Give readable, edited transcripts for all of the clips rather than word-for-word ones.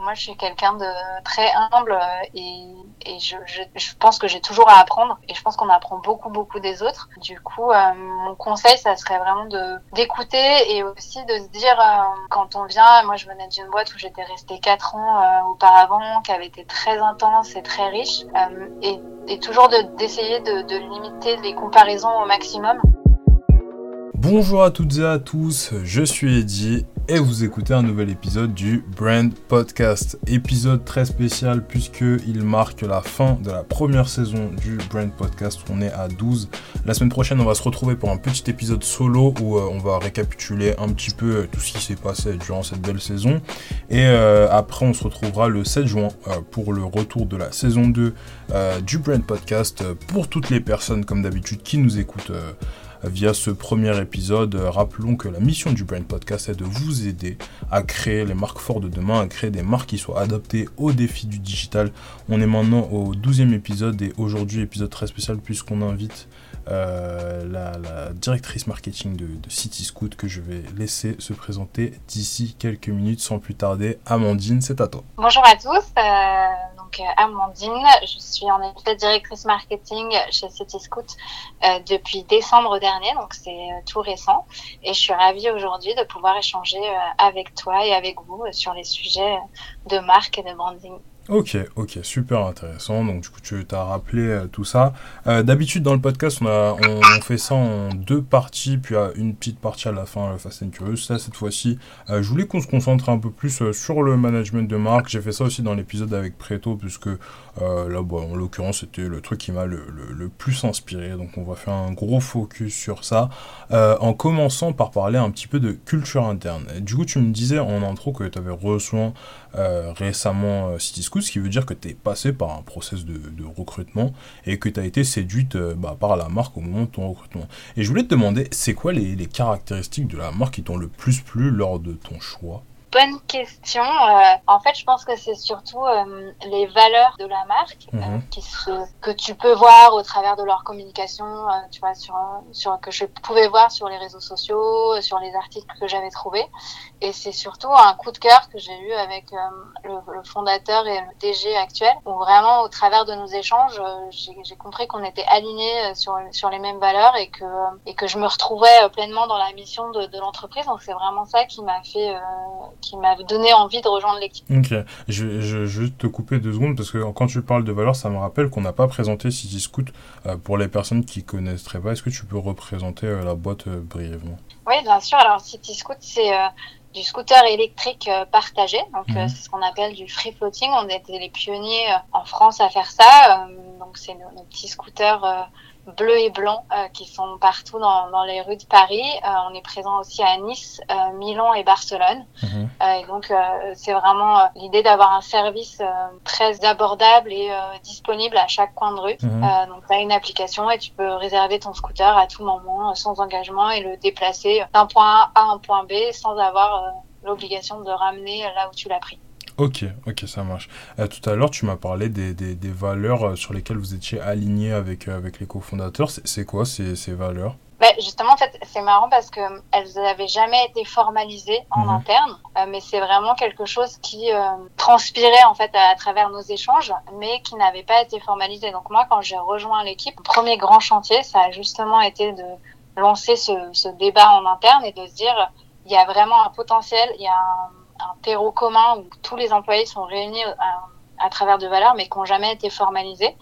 moi, je suis quelqu'un de très humble et je pense que j'ai toujours à apprendre et je pense qu'on apprend beaucoup des autres. Du coup, mon conseil, ça serait vraiment d'écouter et aussi de se dire, quand on vient, moi, je venais d'une boîte où j'étais restée 4 ans auparavant, qui avait été très intense et très riche, et toujours d'essayer de limiter les comparaisons au maximum. Bonjour à toutes et à tous, je suis Eddy et vous écoutez un nouvel épisode du Brand Podcast. Épisode très spécial puisqu'il marque la fin de la première saison du Brand Podcast. On est à 12. La semaine prochaine, on va se retrouver pour un petit épisode solo où on va récapituler un petit peu tout ce qui s'est passé durant cette belle saison. Et après, on se retrouvera le 7 juin pour le retour de la saison 2 du Brand Podcast. Pour toutes les personnes, comme d'habitude, qui nous écoutent via ce premier épisode, rappelons que la mission du Brand Podcast est de vous aider à créer les marques fortes de demain, à créer des marques qui soient adaptées aux défis du digital. On est maintenant au 12e épisode et aujourd'hui, épisode très spécial puisqu'on invite la directrice marketing de Cityscoot que je vais laisser se présenter d'ici quelques minutes sans plus tarder. Amandine, c'est à toi. Bonjour à tous, donc Amandine, je suis en effet directrice marketing chez Cityscoot depuis décembre dernier, donc c'est tout récent et je suis ravie aujourd'hui de pouvoir échanger avec toi et avec vous sur les sujets de marque et de branding. Ok, super intéressant. Donc du coup, tu t'as rappelé tout ça. D'habitude, dans le podcast, on fait ça en deux parties, puis une petite partie à la fin, Fast and Curious. Là, cette fois-ci, je voulais qu'on se concentre un peu plus sur le management de marque. J'ai fait ça aussi dans l'épisode avec Preto, puisque là, en l'occurrence, c'était le truc qui m'a le plus inspiré. Donc on va faire un gros focus sur ça, en commençant par parler un petit peu de culture interne. Et du coup, tu me disais en intro que tu avais reçu récemment Cityscoot, ce qui veut dire que tu es passé par un process de recrutement et que tu as été séduite par la marque au moment de ton recrutement. Et je voulais te demander, c'est quoi les caractéristiques de la marque qui t'ont le plus plu lors de ton choix ? Bonne question. En fait, je pense que c'est surtout les valeurs de la marque que tu peux voir au travers de leur communication, tu vois, que je pouvais voir sur les réseaux sociaux, sur les articles que j'avais trouvés. Et c'est surtout un coup de cœur que j'ai eu avec le fondateur et le DG actuel, où vraiment, au travers de nos échanges, j'ai compris qu'on était alignés sur les mêmes valeurs et que je me retrouvais pleinement dans la mission de l'entreprise. Donc, c'est vraiment ça qui m'a donné envie de rejoindre l'équipe. Ok, je vais te couper 2 secondes parce que quand tu parles de valeurs, ça me rappelle qu'on n'a pas présenté Cityscoot pour les personnes qui connaîtraient pas. Est-ce que tu peux représenter la boîte brièvement ? Oui, bien sûr. Alors, Cityscoot, c'est du scooter électrique partagé. Donc, c'est ce qu'on appelle du free floating. On était les pionniers en France à faire ça. Donc, c'est nos petits scooters bleus et blancs qui sont partout dans les rues de Paris. On est présent aussi à Nice, Milan et Barcelone. Et donc, c'est vraiment l'idée d'avoir un service très abordable et disponible à chaque coin de rue. Donc, tu as une application et tu peux réserver ton scooter à tout moment sans engagement et le déplacer d'un point A à un point B sans avoir l'obligation de ramener là où tu l'as pris. Ok, ça marche. Tout à l'heure, tu m'as parlé des valeurs sur lesquelles vous étiez alignés avec les cofondateurs. C'est quoi ces valeurs ? Justement, en fait, c'est marrant parce que elles n'avaient jamais été formalisées en interne, mais c'est vraiment quelque chose qui transpirait en fait à travers nos échanges, mais qui n'avait pas été formalisé. Donc moi, quand j'ai rejoint l'équipe, le premier grand chantier, ça a justement été de lancer ce débat en interne et de se dire, il y a vraiment un potentiel, il y a un terreau commun où tous les employés sont réunis à travers de valeurs, mais qui n'ont jamais été formalisées.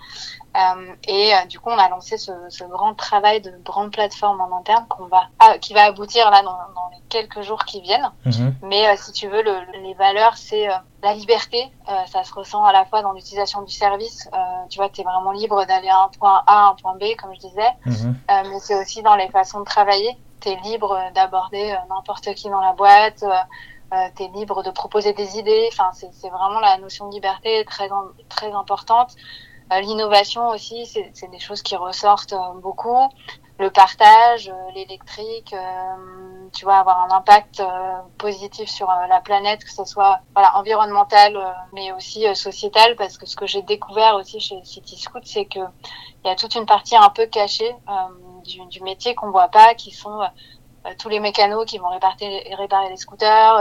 Du coup, on a lancé ce grand travail de grande plateforme en interne qui va aboutir là dans les quelques jours qui viennent. Mais si tu veux, les valeurs, c'est la liberté. Ça se ressent à la fois dans l'utilisation du service. Tu vois, tu es vraiment libre d'aller à un point A, à un point B, comme je disais. Mais c'est aussi dans les façons de travailler. Tu es libre d'aborder n'importe qui dans la boîte. Tu es libre de proposer des idées. Enfin, c'est vraiment la notion de liberté très importante. L'innovation aussi, c'est des choses qui ressortent beaucoup. Le partage, l'électrique, tu vois, avoir un impact positif sur la planète, que ce soit environnemental, mais aussi sociétal, parce que ce que j'ai découvert aussi chez Cityscoot, c'est que il y a toute une partie un peu cachée du métier qu'on voit pas, qui sont tous les mécanos qui vont réparer les scooters,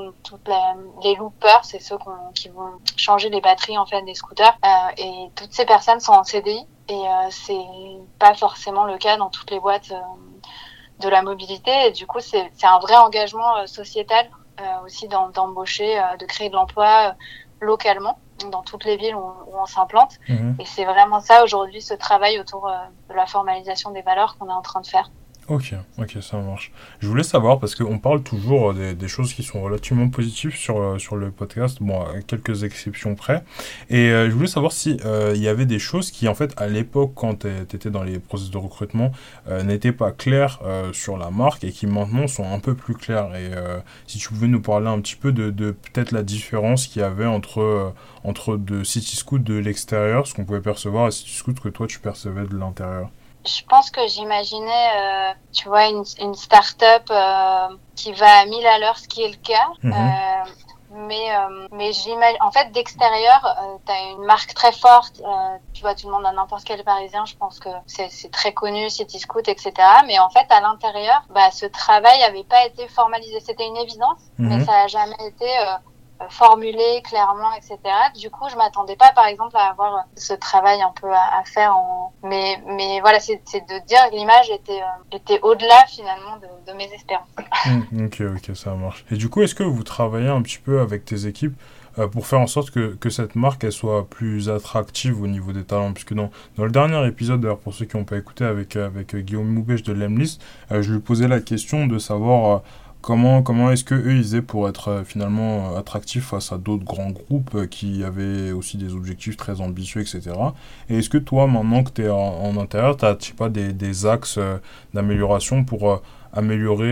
les loopers, c'est ceux qui vont changer les batteries en fait des scooters. Et toutes ces personnes sont en CDI et c'est pas forcément le cas dans toutes les boîtes de la mobilité. Et du coup, c'est un vrai engagement sociétal aussi d'embaucher, de créer de l'emploi localement dans toutes les villes où on s'implante. Et c'est vraiment ça aujourd'hui, ce travail autour de la formalisation des valeurs qu'on est en train de faire. Ok, ça marche. Je voulais savoir, parce qu'on parle toujours des choses qui sont relativement positives sur le podcast, bon, à quelques exceptions près, et je voulais savoir si il y avait des choses qui, en fait, à l'époque, quand tu étais dans les processus de recrutement, n'étaient pas claires sur la marque, et qui maintenant sont un peu plus claires, et si tu pouvais nous parler un petit peu de peut-être la différence qu'il y avait entre de Cityscoot de l'extérieur, ce qu'on pouvait percevoir, et Cityscoot que toi tu percevais de l'intérieur. Je pense que j'imaginais, tu vois, une start-up qui va à 1000 à l'heure, ce qui est le cas. Mais j'imagine, en fait, d'extérieur, t'as une marque très forte. Tu vois, tu demandes à n'importe quel Parisien, je pense que c'est très connu, Cityscoot, etc. Mais en fait, à l'intérieur, ce travail avait pas été formalisé. C'était une évidence, mais ça a jamais été formulé clairement, etc. Du coup, je m'attendais pas, par exemple, à avoir ce travail un peu à faire. Mais voilà, c'est de dire que l'image était au-delà finalement de mes espérances. Ok, ça marche. Et du coup, est-ce que vous travaillez un petit peu avec tes équipes pour faire en sorte que cette marque elle soit plus attractive au niveau des talents? Puisque dans le dernier épisode, d'ailleurs, pour ceux qui n'ont pas écouté avec Guillaume Moubèche de Lemlist, je lui posais la question de savoir comment est-ce que eux ils faisaient pour être finalement attractifs face à d'autres grands groupes qui avaient aussi des objectifs très ambitieux, etc. Et est-ce que toi, maintenant que tu es en intérieur, tu sais pas, des axes d'amélioration pour améliorer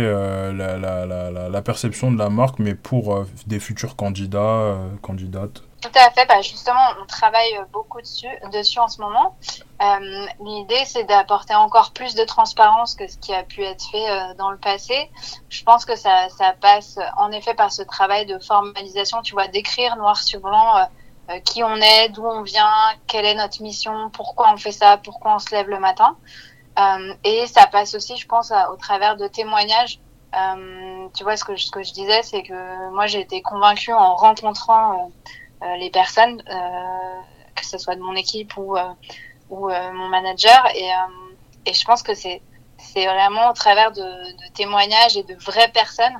la perception de la marque, mais pour des futurs candidats, candidates? Tout à fait. Justement, on travaille beaucoup dessus en ce moment. L'idée, c'est d'apporter encore plus de transparence que ce qui a pu être fait dans le passé. Je pense que ça passe en effet par ce travail de formalisation, tu vois, d'écrire noir sur blanc qui on est, d'où on vient, quelle est notre mission, pourquoi on fait ça, pourquoi on se lève le matin. Et ça passe aussi, je pense, au travers de témoignages. Tu vois, ce que je disais, c'est que moi, j'ai été convaincue en rencontrant les personnes, que ce soit de mon équipe ou mon manager, et je pense que c'est vraiment au travers de témoignages et de vraies personnes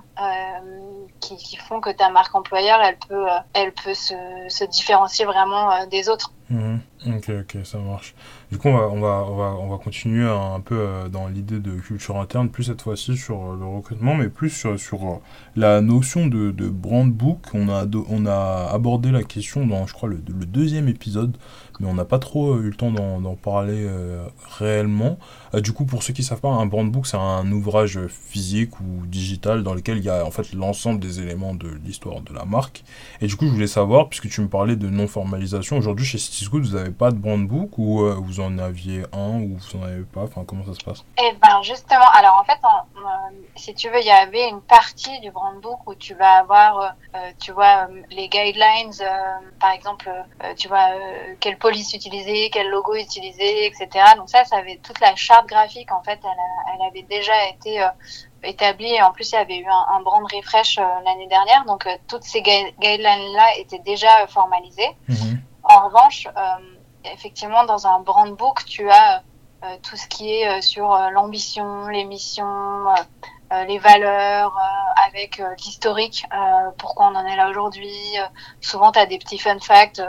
qui font que ta marque employeur elle peut se différencier vraiment des autres. Ok, ça marche. Du coup, on va continuer un peu dans l'idée de culture interne, plus cette fois-ci sur le recrutement, mais plus sur la notion de brand book. On a abordé la question dans, je crois, le deuxième épisode, mais on n'a pas trop eu le temps d'en parler réellement. Du coup, pour ceux qui ne savent pas, un brand book, c'est un ouvrage physique ou digital dans lequel il y a en fait l'ensemble des éléments de l'histoire de la marque. Et du coup, je voulais savoir, puisque tu me parlais de non-formalisation, aujourd'hui chez Cityscoot, vous n'avez pas de brand book, ou vous en aviez un, ou vous en avez pas? Enfin, comment ça se passe? Eh ben justement, alors en fait, si tu veux, il y avait une partie du brand book où tu vas avoir, tu vois, les guidelines, par exemple, tu vois, quelle police utiliser, quel logo utiliser, etc. Donc ça avait toute la charte graphique, en fait, elle avait déjà été établie, et en plus il y avait eu un brand refresh l'année dernière, donc toutes ces guidelines-là étaient déjà formalisées. En revanche, effectivement, dans un brand book, tu as tout ce qui est sur l'ambition, les missions, les valeurs, avec l'historique, pourquoi on en est là aujourd'hui. Souvent, tu as des petits fun facts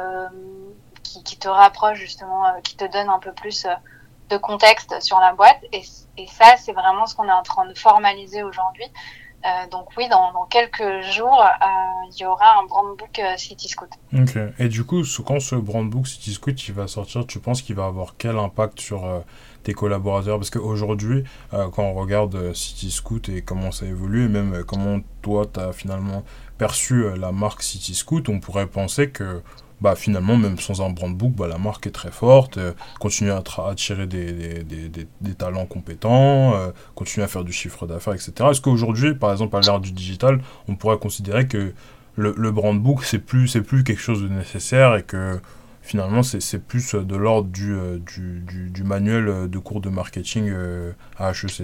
qui te rapprochent justement, qui te donnent un peu plus de contexte sur la boîte. Et ça, c'est vraiment ce qu'on est en train de formaliser aujourd'hui. Donc oui, dans quelques jours, il y aura un brand book Cityscoot. Ok. Et du coup, quand ce brand book Cityscoot il va sortir, tu penses qu'il va avoir quel impact sur tes collaborateurs? Parce qu'aujourd'hui, quand on regarde Cityscoot et comment ça évolue, et même comment toi, tu as finalement perçu la marque Cityscoot, on pourrait penser que finalement, même sans un brand book, la marque est très forte, continue à attirer des talents compétents, continue à faire du chiffre d'affaires, etc. Est-ce qu'aujourd'hui, par exemple, à l'ère du digital, on pourrait considérer que le brand book, c'est plus quelque chose de nécessaire, et que finalement, c'est plus de l'ordre du manuel de cours de marketing à HEC?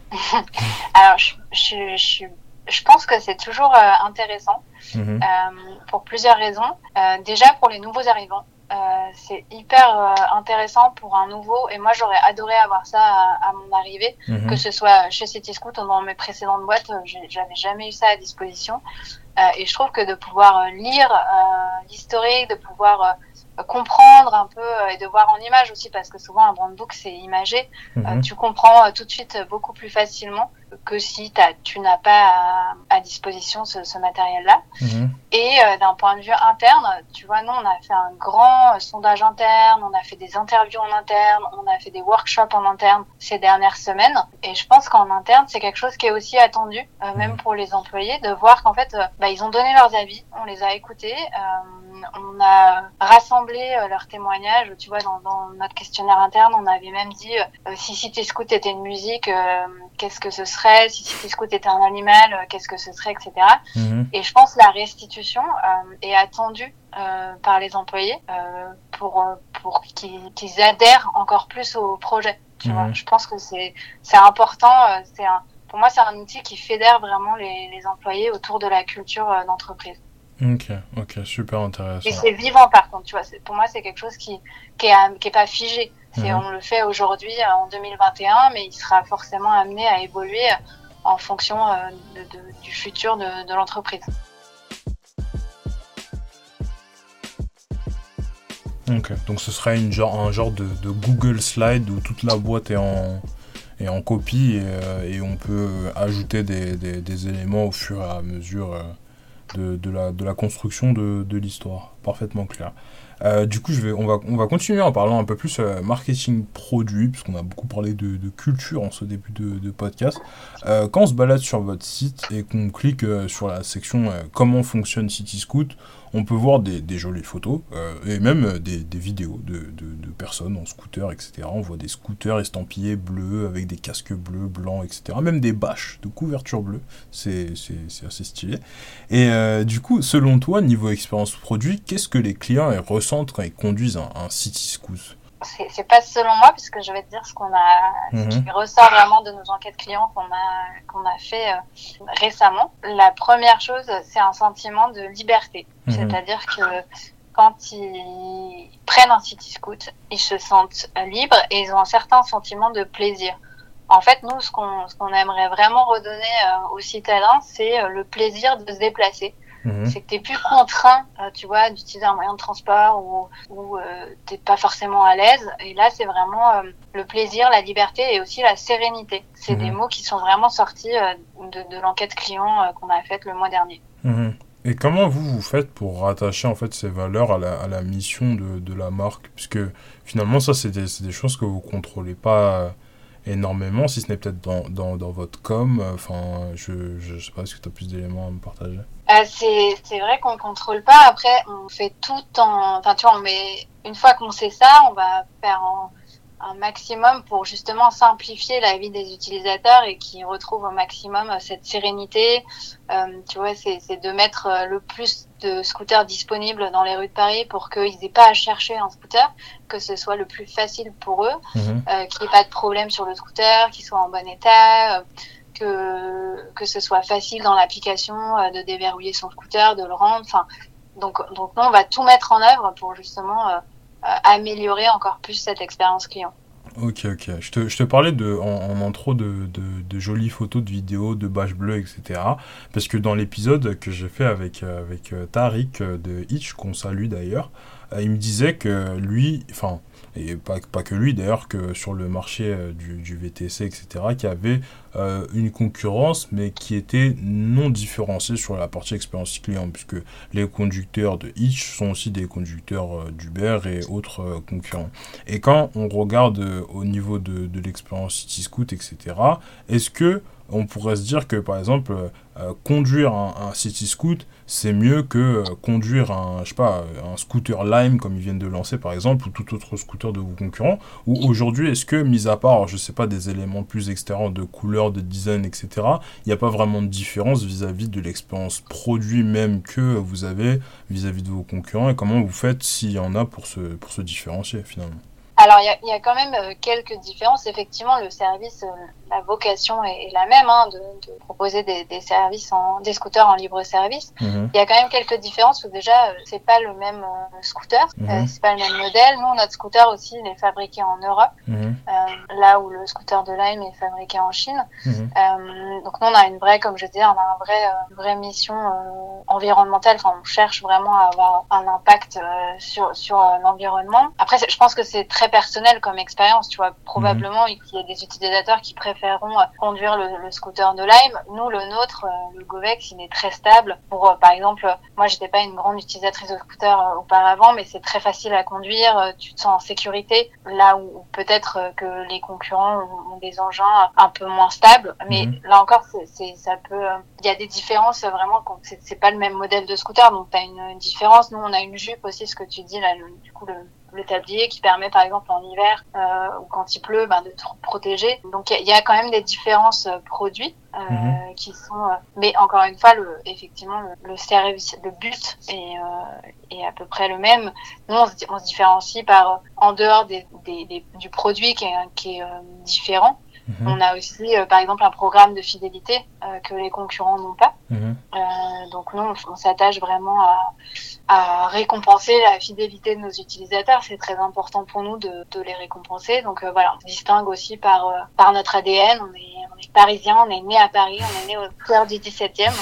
Alors, je pense que c'est toujours intéressant pour plusieurs raisons. Déjà, pour les nouveaux arrivants, c'est hyper intéressant pour un nouveau. Et moi, j'aurais adoré avoir ça à mon arrivée, que ce soit chez Cityscoot ou dans mes précédentes boîtes. J'avais jamais eu ça à disposition. Et je trouve que de pouvoir lire l'historique, de pouvoir comprendre un peu et de voir en image aussi, parce que souvent un brand book c'est imagé, tu comprends tout de suite beaucoup plus facilement que si tu n'as pas à disposition ce matériel-là. Et d'un point de vue interne, tu vois, nous on a fait un grand sondage interne, on a fait des interviews en interne, on a fait des workshops en interne ces dernières semaines, et je pense qu'en interne c'est quelque chose qui est aussi attendu, même pour les employés, de voir qu'en fait ils ont donné leurs avis, on les a écoutés, on a rassemblé leurs témoignages. Tu vois, dans notre questionnaire interne, on avait même dit si Cityscoot était une musique, qu'est-ce que ce serait? Si Cityscoot était un animal, qu'est-ce que ce serait, etc. Et je pense que la restitution est attendue par les employés pour qu'ils adhèrent encore plus au projet. Tu vois, je pense que c'est important. Pour moi, c'est un outil qui fédère vraiment les employés autour de la culture d'entreprise. Ok, super intéressant. Et c'est vivant par contre, tu vois. Pour moi, c'est quelque chose qui est pas figé. On le fait aujourd'hui en 2021, mais il sera forcément amené à évoluer en fonction du futur de l'entreprise. Ok, donc ce serait un genre de Google Slide où toute la boîte est en copie et on peut ajouter des éléments au fur et à mesure de la construction de l'histoire. Parfaitement clair. Du coup, on va continuer en parlant un peu plus marketing produit, puisqu'on a beaucoup parlé de culture en ce début de podcast. Quand on se balade sur votre site et qu'on clique sur la section comment fonctionne Cityscoot, on peut voir des jolies photos et même des vidéos de personnes en scooter, etc. On voit des scooters estampillés bleus avec des casques bleus, blancs, etc. Même des bâches de couverture bleue. C'est assez stylé. Et du coup, selon toi, niveau expérience produit, qu'est-ce que les clients ressentent quand ils conduisent un Cityscoot? C'est pas selon moi, puisque je vais te dire ce qui ressort vraiment de nos enquêtes clients qu'on a fait récemment. La première chose, c'est un sentiment de liberté. C'est-à-dire que quand ils prennent un Cityscoot, ils se sentent libres et ils ont un certain sentiment de plaisir. En fait, nous, ce qu'on aimerait vraiment redonner aux citadins, c'est le plaisir de se déplacer. C'est que t'es plus contraint, tu vois, d'utiliser un moyen de transport ou t'es pas forcément à l'aise. Et là, c'est vraiment le plaisir, la liberté et aussi la sérénité. C'est des mots qui sont vraiment sortis de l'enquête client qu'on a faite le mois dernier. Et comment vous faites pour rattacher en fait ces valeurs à la mission de la marque? Puisque finalement, ça, c'est des choses que vous contrôlez pas énormément, si ce n'est peut-être dans votre com. Enfin, je sais pas, est-ce que tu as plus d'éléments à me partager? C'est vrai qu'on contrôle pas. Après, on fait tout enfin, tu vois, une fois qu'on sait ça, on va faire un maximum pour justement simplifier la vie des utilisateurs et qu'ils retrouvent au maximum cette sérénité. Tu vois, c'est de mettre le plus de scooters disponibles dans les rues de Paris pour qu'ils n'aient pas à chercher un scooter, que ce soit le plus facile pour eux, qu'il n'y ait pas de problème sur le scooter, qu'il soit en bon état, que ce soit facile dans l'application de déverrouiller son scooter, de le rendre. Enfin, donc nous, on va tout mettre en œuvre pour justement améliorer encore plus cette expérience client. Ok. Je te parlais en intro de jolies photos, de vidéos, de bâches bleues, etc. Parce que dans l'épisode que j'ai fait avec Tariq de Hitch, qu'on salue d'ailleurs, il me disait que lui, enfin, et pas que lui d'ailleurs, que sur le marché du VTC, etc., qu'il y avait une concurrence, mais qui était non différenciée sur la partie expérience client, puisque les conducteurs de Hitch sont aussi des conducteurs d'Uber et autres concurrents. Et quand on regarde au niveau de l'expérience Cityscoot, etc., est-ce que on pourrait se dire que, par exemple, conduire un Cityscoot, c'est mieux que conduire un scooter Lime, comme ils viennent de lancer, par exemple, ou tout autre scooter de vos concurrents, ou aujourd'hui, est-ce que, mis à part, je sais pas, des éléments plus extérieurs de couleur, de design, etc., il n'y a pas vraiment de différence vis-à-vis de l'expérience produit même que vous avez vis-à-vis de vos concurrents, et comment vous faites, s'il y en a, pour se différencier, finalement? Alors, il y a quand même quelques différences. Effectivement, le service la vocation est la même, hein, de proposer des services des scooters en libre service. Il y a quand même quelques différences où déjà c'est pas le même scooter, c'est pas le même modèle. Nous, notre scooter aussi, il est fabriqué en Europe, là où le scooter de Lime est fabriqué en Chine. Donc nous, on a une vraie, comme je disais, on a une vraie mission environnementale. Enfin, on cherche vraiment à avoir un impact sur l'environnement. Après, je pense que c'est très personnel comme expérience, tu vois. Probablement, il y a des utilisateurs qui préféreront conduire le scooter de Lime. Nous, le nôtre, le Govex, il est très stable. Pour, par exemple, moi, j'étais pas une grande utilisatrice de scooter auparavant, mais c'est très facile à conduire. Tu te sens en sécurité. Là où peut-être que les concurrents ont des engins un peu moins stables. Mais là encore, ça peut, il y a des différences vraiment. C'est pas le même modèle de scooter, donc t'as une différence. Nous, on a une jupe aussi, ce que tu dis là, du coup, le tablier qui permet par exemple en hiver ou quand il pleut de te protéger. Donc il y a quand même des différences produits qui sont mais encore une fois effectivement le service, le but est à peu près le même. Nous on se différencie par en dehors du produit qui est différent. On a aussi, par exemple, un programme de fidélité que les concurrents n'ont pas. Donc nous, on s'attache vraiment à récompenser la fidélité de nos utilisateurs. C'est très important pour nous de les récompenser. Donc voilà, on se distingue aussi par notre ADN. On est parisien, on est né à Paris, on est né au cœur du 17e.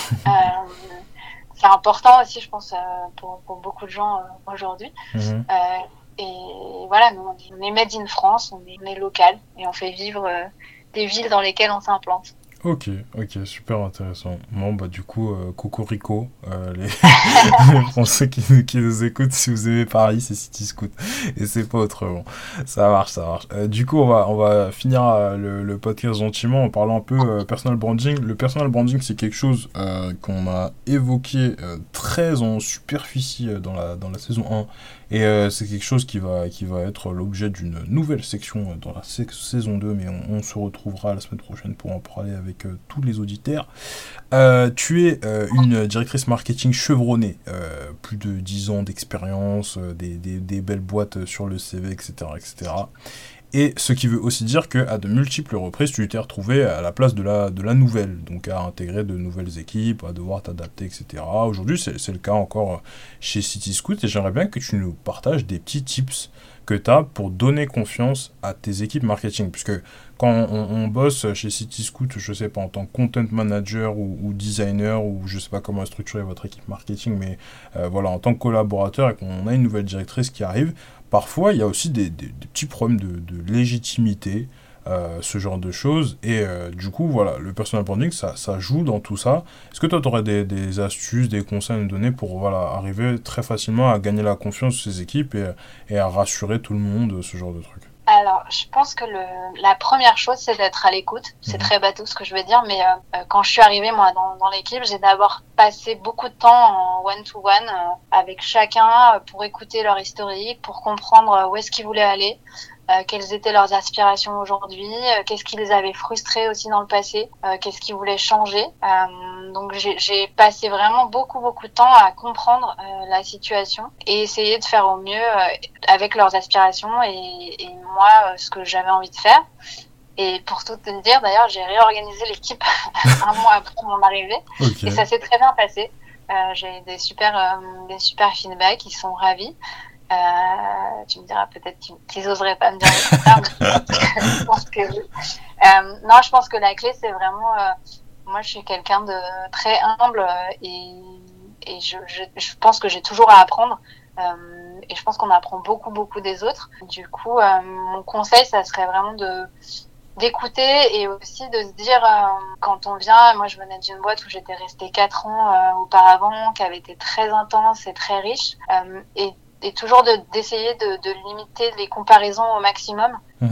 C'est important aussi, je pense, pour beaucoup de gens aujourd'hui. Et voilà, nous, on est made in France, on est local et on fait vivre des villes dans lesquelles on s'implante. Ok, super intéressant. Bon, du coup, cocorico, les Français qui nous écoutent, si vous aimez Paris, c'est City Scoot, et c'est pas autrement. Ça marche. Du coup, on va finir le podcast gentiment en parlant un peu personal branding. Le personal branding, c'est quelque chose qu'on a évoqué très en superficie dans la saison 1, et c'est quelque chose qui va être l'objet d'une nouvelle section dans la saison 2, mais on se retrouvera la semaine prochaine pour en parler avec tous les auditeurs. Tu es une directrice marketing chevronnée, plus de 10 ans d'expérience, des belles boîtes sur le CV, etc. Et ce qui veut aussi dire qu'à de multiples reprises, tu t'es retrouvé à la place de la nouvelle, donc à intégrer de nouvelles équipes, à devoir t'adapter, etc. Aujourd'hui, c'est le cas encore chez City Scoot, et j'aimerais bien que tu nous partages des petits tips que tu as pour donner confiance à tes équipes marketing. Puisque quand on bosse chez City Scoot, je sais pas, en tant que content manager ou designer, ou je sais pas comment structurer votre équipe marketing, mais voilà, en tant que collaborateur et qu'on a une nouvelle directrice qui arrive, parfois il y a aussi des petits problèmes de légitimité, ce genre de choses, et du coup voilà, le personal branding ça joue dans tout ça. Est-ce que toi tu aurais des astuces, des conseils à nous donner pour arriver très facilement à gagner la confiance de ces équipes et à rassurer tout le monde, ce genre de truc? Alors, je pense que la première chose, c'est d'être à l'écoute. C'est très bateau ce que je veux dire, mais quand je suis arrivée, moi, dans l'équipe, j'ai d'abord passé beaucoup de temps en one-to-one avec chacun pour écouter leur historique, pour comprendre où est-ce qu'ils voulaient aller, quelles étaient leurs aspirations aujourd'hui, qu'est-ce qui les avait frustrés aussi dans le passé, qu'est-ce qu'ils voulaient changer. Donc j'ai passé vraiment beaucoup de temps à comprendre la situation et essayer de faire au mieux avec leurs aspirations et moi ce que j'avais envie de faire. Et pour tout te dire, d'ailleurs, j'ai réorganisé l'équipe un mois après mon arrivée. Et ça s'est très bien passé. J'ai des super feedbacks, ils sont ravis. Tu me diras peut-être qu'ils oseraient pas me dire le contraire, mais je pense que oui. Non, je pense que la clé, c'est vraiment, moi, je suis quelqu'un de très humble et je pense que j'ai toujours à apprendre. Et je pense qu'on apprend beaucoup des autres. Du coup, mon conseil, ça serait vraiment d'écouter et aussi de se dire quand on vient, moi je venais d'une boîte où j'étais restée 4 ans auparavant, qui avait été très intense et très riche, et toujours d'essayer de limiter les comparaisons au maximum.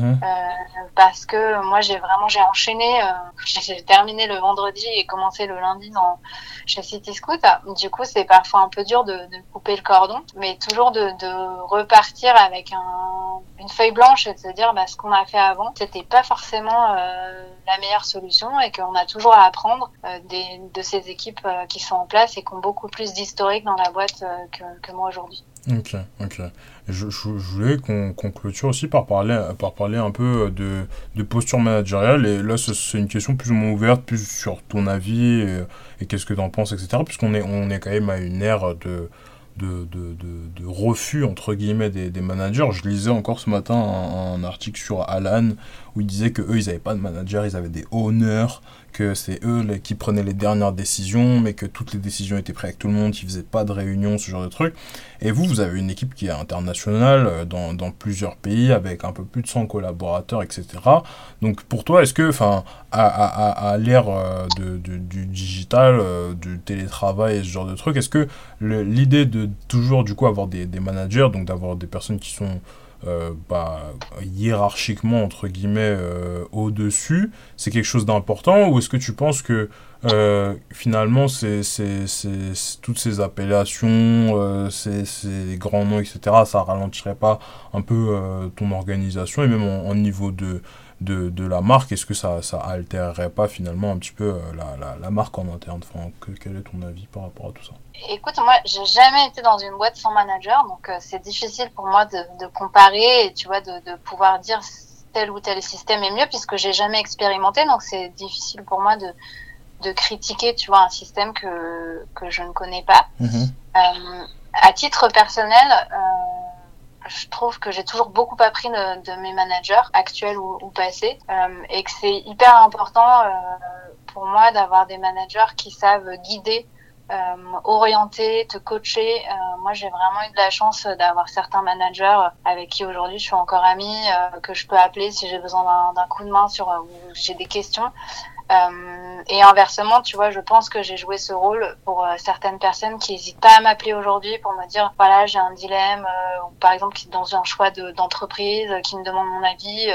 Parce que moi j'ai enchaîné, j'ai terminé le vendredi et commencé le lundi chez City Scoot. Du coup c'est parfois un peu dur de couper le cordon, mais toujours de repartir avec une feuille blanche et de se dire ce qu'on a fait avant c'était pas forcément la meilleure solution et qu'on a toujours à apprendre de ces équipes qui sont en place et qui ont beaucoup plus d'historique dans la boîte que moi aujourd'hui. Ok, ok. Je voulais qu'on clôture aussi par parler un peu de posture managériale. Et là, c'est une question plus ou moins ouverte, plus sur ton avis et qu'est-ce que tu en penses, etc. On est quand même à une ère de refus, entre guillemets, des managers. Je lisais encore ce matin un article sur Alan où il disait que eux, ils n'avaient pas de manager, ils avaient des owners, que c'est eux qui prenaient les dernières décisions, mais que toutes les décisions étaient prises avec tout le monde, qu'ils faisaient pas de réunion, ce genre de trucs. Et vous avez une équipe qui est internationale dans plusieurs pays avec un peu plus de 100 collaborateurs, etc. Donc pour toi, est-ce que, enfin, à l'ère du digital, du télétravail et ce genre de trucs, est-ce que l'idée de toujours du coup avoir des managers, donc d'avoir des personnes qui sont hiérarchiquement entre guillemets au-dessus, c'est quelque chose d'important, ou est-ce que tu penses que finalement toutes ces appellations, ces grands noms, etc., ça ralentirait pas un peu ton organisation et même en niveau de la marque, est-ce que ça altérerait pas finalement un petit peu la marque en interne? Enfin, quel est ton avis par rapport à tout ça? Écoute, moi, j'ai jamais été dans une boîte sans manager, donc c'est difficile pour moi de comparer et tu vois de pouvoir dire tel ou tel système est mieux puisque j'ai jamais expérimenté, donc c'est difficile pour moi de critiquer, tu vois, un système que je ne connais pas. À titre personnel, je trouve que j'ai toujours beaucoup appris de mes managers actuels ou passés et que c'est hyper important pour moi d'avoir des managers qui savent guider, orienter, te coacher. Moi, j'ai vraiment eu de la chance d'avoir certains managers avec qui aujourd'hui je suis encore amie, que je peux appeler si j'ai besoin d'un coup de main ou j'ai des questions. Et inversement, tu vois, je pense que j'ai joué ce rôle pour certaines personnes qui hésitent pas à m'appeler aujourd'hui pour me dire, voilà, j'ai un dilemme, ou par exemple, qui dans un choix d'entreprise, qui me demande mon avis.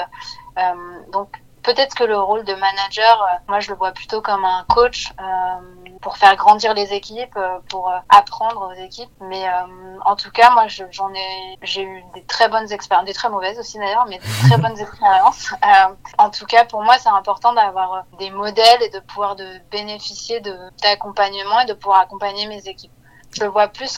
Donc, peut-être que le rôle de manager, moi, je le vois plutôt comme un coach pour faire grandir les équipes, pour apprendre aux équipes. Mais en tout cas, moi, j'ai eu des très bonnes expériences, des très mauvaises aussi d'ailleurs, mais des très bonnes expériences. En tout cas, pour moi, c'est important d'avoir des modèles et de pouvoir bénéficier d'accompagnement et de pouvoir accompagner mes équipes. Je le vois plus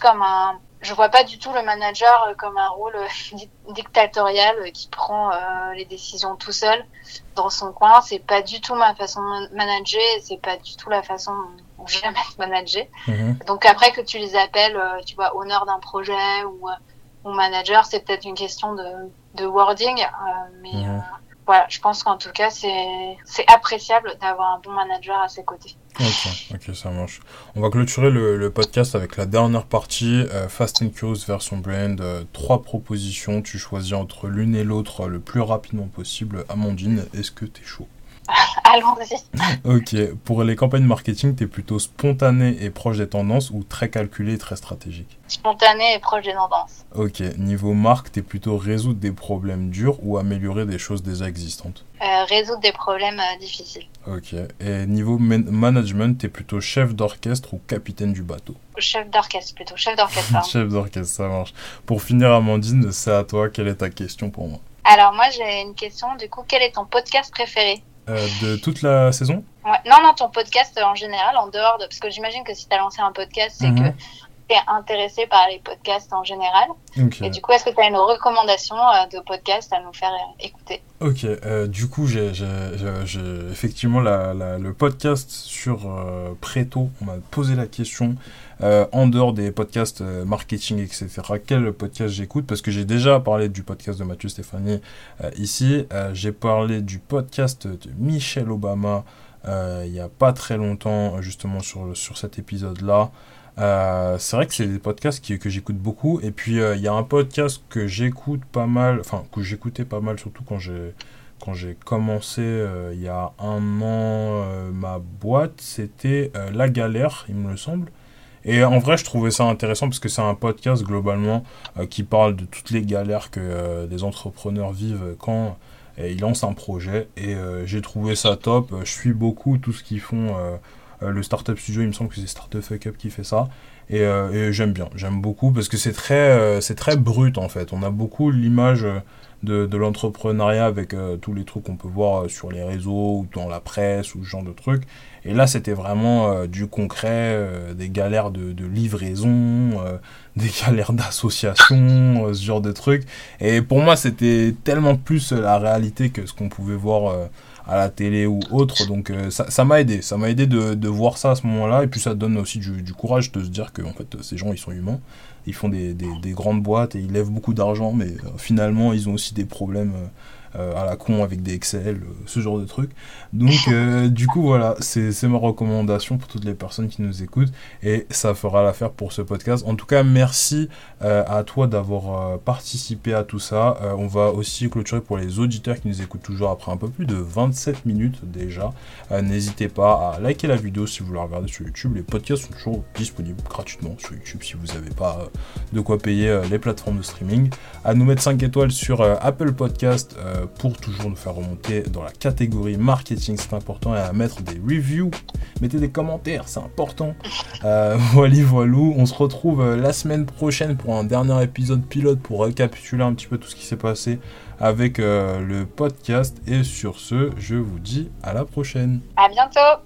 je vois pas du tout le manager comme un rôle dictatorial qui prend les décisions tout seul dans son coin. C'est pas du tout ma façon de manager, c'est pas du tout la façon dont j'aime être manager. Donc après que tu les appelles, tu vois, honneur d'un projet ou manager, c'est peut-être une question de wording, mais voilà, je pense qu'en tout cas c'est appréciable d'avoir un bon manager à ses côtés. Ok, ça marche. On va clôturer le podcast avec la dernière partie, Fast and Curious version brand. 3 propositions, tu choisis entre l'une et l'autre le plus rapidement possible. Amandine, est-ce que t'es chaud? Allons-y. Ok, pour les campagnes marketing, t'es plutôt spontané et proche des tendances ou très calculé et très stratégique? Spontané et proche des tendances. Ok, niveau marque, t'es plutôt résoudre des problèmes durs ou améliorer des choses déjà existantes? Résoudre des problèmes difficiles. Ok, et niveau management, t'es plutôt chef d'orchestre ou capitaine du bateau? Chef d'orchestre plutôt, chef d'orchestre. Pardon. Chef d'orchestre, ça marche. Pour finir, Amandine, c'est à toi, quelle est ta question pour moi? Alors moi j'ai une question, du coup, quel est ton podcast préféré? De toute la saison? Ouais. Non, ton podcast en général, en dehors parce que j'imagine que si tu as lancé un podcast, c'est que tu es intéressé par les podcasts en général. Okay. Et du coup, est-ce que tu as une recommandation de podcast à nous faire écouter? Ok, du coup, j'ai effectivement le podcast sur Preto, on m'a posé la question, en dehors des podcasts marketing, etc., quel podcast j'écoute, parce que j'ai déjà parlé du podcast de Mathieu Stéphanie ici, j'ai parlé du podcast de Michelle Obama il n'y a pas très longtemps, justement sur cet épisode-là. C'est vrai que c'est des podcasts que j'écoute beaucoup, et puis il y a un podcast que j'écoute pas mal, enfin que j'écoutais pas mal surtout quand j'ai commencé il y a un an ma boîte, c'était La Galère, il me semble. Et en vrai, je trouvais ça intéressant parce que c'est un podcast globalement qui parle de toutes les galères que les entrepreneurs vivent quand ils lancent un projet, et j'ai trouvé ça top. Je suis beaucoup tout ce qu'ils font Le Startup Studio, il me semble que c'est Startup Fuck Up qui fait ça. Et j'aime beaucoup parce que c'est très brut en fait. On a beaucoup l'image de l'entrepreneuriat avec tous les trucs qu'on peut voir sur les réseaux ou dans la presse ou ce genre de trucs. Et là, c'était vraiment du concret, des galères de livraison, des galères d'association, ce genre de trucs. Et pour moi, c'était tellement plus la réalité que ce qu'on pouvait voir à la télé ou autre. Donc ça m'a aidé. Ça m'a aidé de voir ça à ce moment-là. Et puis ça donne aussi du courage de se dire que en fait, ces gens, ils sont humains. Ils font des grandes boîtes et ils lèvent beaucoup d'argent. Mais finalement, ils ont aussi des problèmes à la con avec des Excel, ce genre de trucs. Donc du coup voilà, c'est ma recommandation pour toutes les personnes qui nous écoutent et ça fera l'affaire pour ce podcast. En tout cas, merci à toi d'avoir participé à tout ça. On va aussi clôturer pour les auditeurs qui nous écoutent toujours après un peu plus de 27 minutes déjà. N'hésitez pas à liker la vidéo si vous la regardez sur YouTube. Les podcasts sont toujours disponibles gratuitement sur YouTube si vous n'avez pas de quoi payer les plateformes de streaming. À nous mettre 5 étoiles sur Apple Podcast pour toujours nous faire remonter dans la catégorie marketing, c'est important, et à mettre des reviews, mettez des commentaires, c'est important. Voilou, on se retrouve la semaine prochaine pour un dernier épisode pilote pour récapituler un petit peu tout ce qui s'est passé avec le podcast, et sur ce, je vous dis à la prochaine. À bientôt.